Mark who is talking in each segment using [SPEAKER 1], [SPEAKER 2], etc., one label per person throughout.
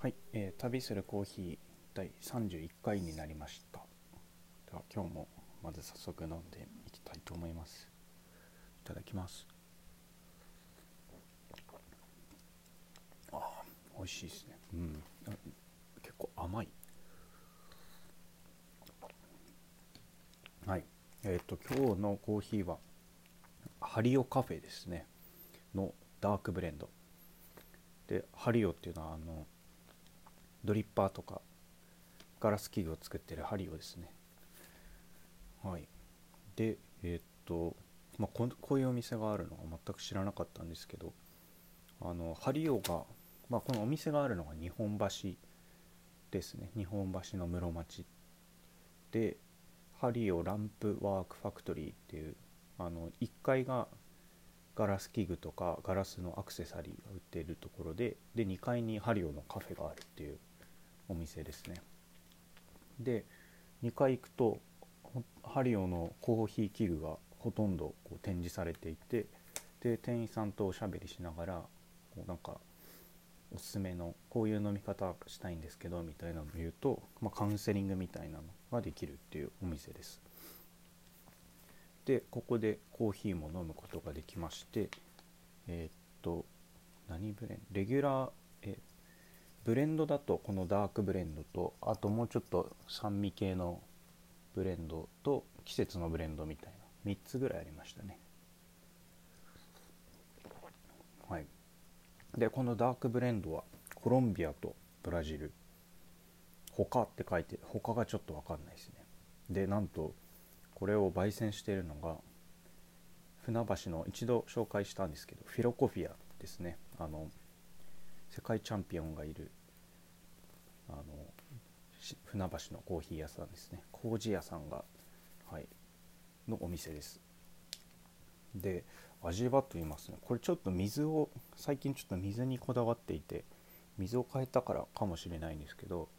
[SPEAKER 1] はい、旅するコーヒー第31回になりました。では今日もまず早速飲んでいきたいと思います。いただきます。美味しいですね。結構甘い。はい。今日のコーヒーはハリオカフェですねのダークブレンドで、ハリオっていうのはドリッパーとかガラス器具を作ってるハリオですね。はい。で、こういうお店があるのは全く知らなかったんですけど、ハリオが、このお店があるのが日本橋ですね。日本橋の室町で、ハリオランプワークファクトリーっていう、1階がガラス器具とかガラスのアクセサリーが売っているところで2階にハリオのカフェがあるっていうお店ですね。で、2階行くとハリオのコーヒー器具がほとんどこう展示されていて、で店員さんとおしゃべりしながらなんかおすすめのこういう飲み方したいんですけどみたいなのを言うと、カウンセリングみたいなのができるっていうお店です。でここでコーヒーも飲むことができまして、えーっと何ブレンドレギュラー、ブレンドだとこのダークブレンドと、あともうちょっと酸味系のブレンドと季節のブレンドみたいな3つぐらいありましたね。はい。でこのダークブレンドはコロンビアとブラジル、他って書いて、他がちょっと分かんないですね。でなんとこれを焙煎しているのが船橋の、一度紹介したんですけど、フィロコフィアですね。世界チャンピオンがいるあの船橋のコーヒー屋さんですね。麹屋さんが、はい、のお店です。で味はと言いますね、これちょっと最近ちょっと水にこだわっていて、水を変えたからかもしれないんですけど、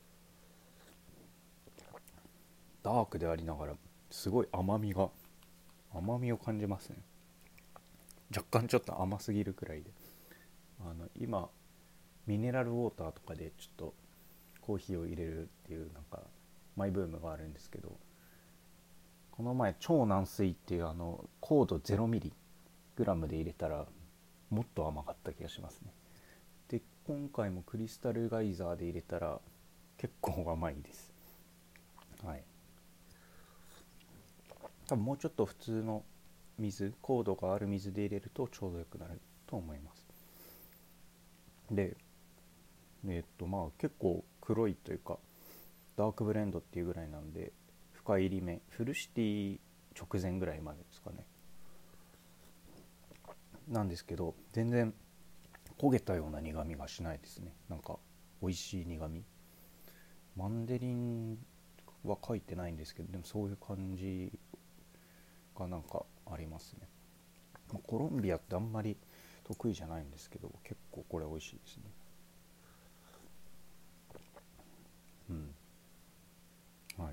[SPEAKER 1] ダークでありながらすごい甘みを感じますね。若干ちょっと甘すぎるくらいで、今ミネラルウォーターとかでちょっとコーヒーを入れるっていうなんかマイブームがあるんですけど、この前超軟水っていう高度0ミリグラムで入れたらもっと甘かった気がしますね。で今回もクリスタルガイザーで入れたら結構甘いです。はい。多分もうちょっと普通の高度がある水で入れるとちょうどよくなると思います。で結構黒いというかダークブレンドっていうぐらいなんで、深入り目フルシティ直前ぐらいまでですかね、なんですけど、全然焦げたような苦みがしないですね。なんか美味しい苦み。マンデリンは書いてないんですけど、でもそういう感じがなんかありますね。コロンビアってあんまり得意じゃないんですけど、結構これ美味しいですね。うん。はい。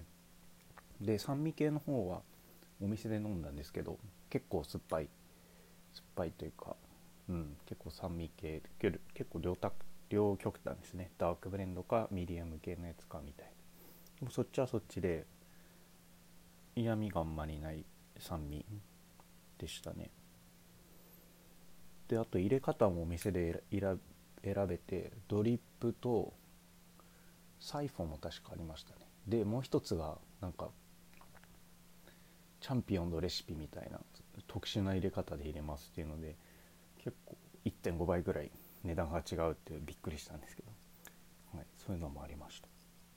[SPEAKER 1] で酸味系の方はお店で飲んだんですけど、結構酸っぱいというか、結構酸味系、結構両極端ですね。ダークブレンドかミディアム系のやつかみたいな。でもそっちはそっちで嫌味があんまりない酸味でしたね。であと入れ方もお店で選べて、ドリップとサイフォンも確かありましたね。でもう一つがなんかチャンピオンのレシピみたいな特殊な入れ方で入れますっていうので、結構1.5倍ぐらい値段が違うっていうびっくりしたんですけど、はい、そういうのもありました。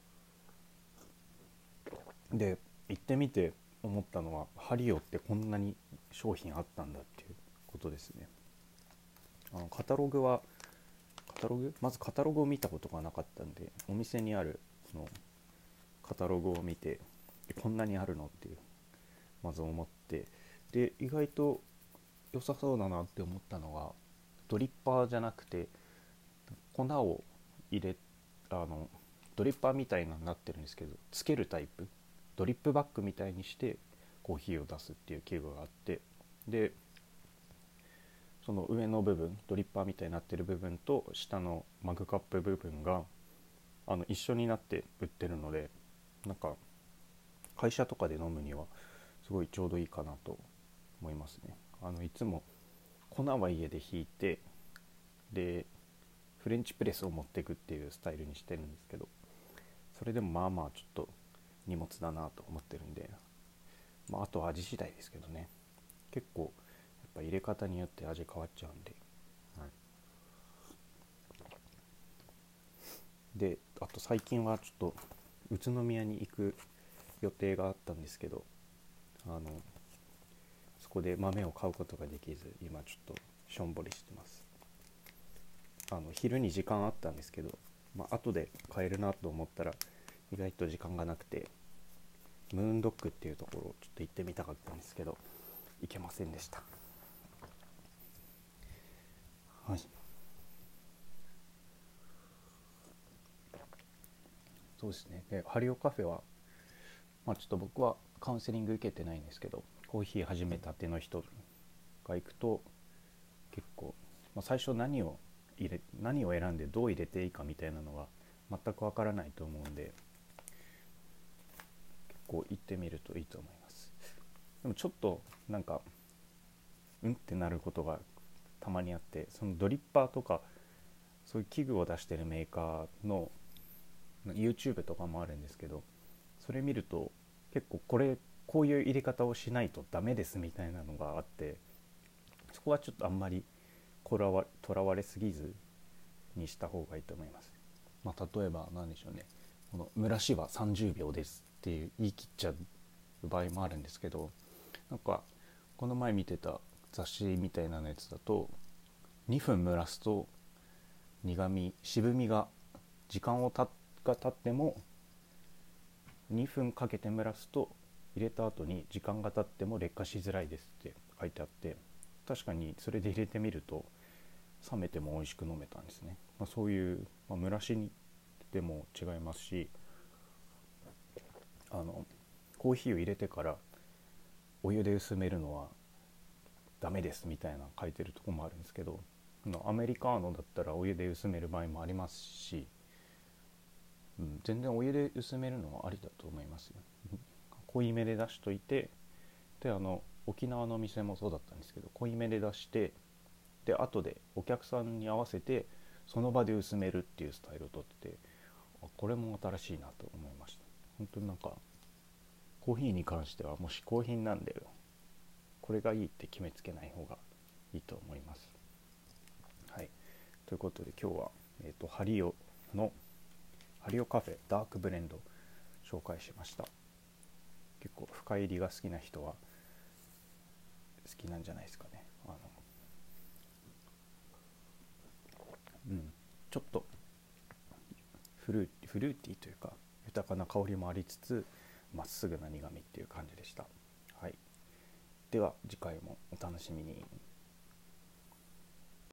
[SPEAKER 1] で行ってみて思ったのは、ハリオってこんなに商品あったんだっていうことですね。カタログはまずカタログを見たことがなかったんで、お店にあるそのカタログを見て、こんなにあるのっていうまず思って、で意外と良さそうだなって思ったのが、ドリッパーじゃなくて粉を入れあのドリッパーみたいなのになってるんですけど、つけるタイプ、ドリップバッグみたいにしてコーヒーを出すっていう器具があって、でその上の部分、ドリッパーみたいになってる部分と下のマグカップ部分が一緒になって売ってるので、なんか会社とかで飲むにはすごいちょうどいいかなと思いますね。いつも粉は家でひいて、でフレンチプレスを持っていくっていうスタイルにしてるんですけど、それでもまあまあちょっと荷物だなと思ってるんで、あとは味次第ですけどね。結構やっぱ入れ方によって味変わっちゃうんで、はい、であと最近はちょっと宇都宮に行く予定があったんですけど、そこで豆を買うことができず、今ちょっとしょんぼりしてます。昼に時間あったんですけど、後で買えるなと思ったら意外と時間がなくて、ムーンドックっていうところをちょっと行ってみたかったんですけど行けませんでした。はい、そうですね。でハリオカフェは、ちょっと僕はカウンセリング受けてないんですけど、コーヒー始めたての人が行くと結構、最初何を選んでどう入れていいかみたいなのが全くわからないと思うんで、結構行ってみるといいと思います。でもちょっとなんかってなることがたまにあって、そのドリッパーとかそういう器具を出してるメーカーの YouTube とかもあるんですけど、それ見ると結構こういう入れ方をしないとダメですみたいなのがあって、そこはちょっとあんまりとらわれすぎずにした方がいいと思います。例えば何でしょうね、この蒸らしは30秒ですって言い切っちゃう場合もあるんですけど、なんかこの前見てた雑誌みたいなやつだと、2分蒸らすと渋みが時間が経っても、2分かけて蒸らすと入れた後に時間が経っても劣化しづらいですって書いてあって、確かにそれで入れてみると冷めても美味しく飲めたんですね。そういう、蒸らしにでも違いますし、コーヒーを入れてからお湯で薄めるのはダメですみたいな書いてるとこもあるんですけど、アメリカーノだったらお湯で薄める場合もありますし、全然お湯で薄めるのはありだと思いますよ。濃いめで出しといて、で沖縄の店もそうだったんですけど、濃いめで出して、で後でお客さんに合わせてその場で薄めるっていうスタイルをとってて、これも新しいなと思いました。本当になんかコーヒーに関してはもう嗜好品なんで、これがいいって決めつけない方がいいと思います。はい、ということで今日は、ハリオカフェダークブレンド紹介しました。結構深入りが好きな人は好きなんじゃないですかね。ちょっとフルーティーというか豊かな香りもありつつ、まっすぐな苦みっていう感じでした。はい、では次回もお楽しみに。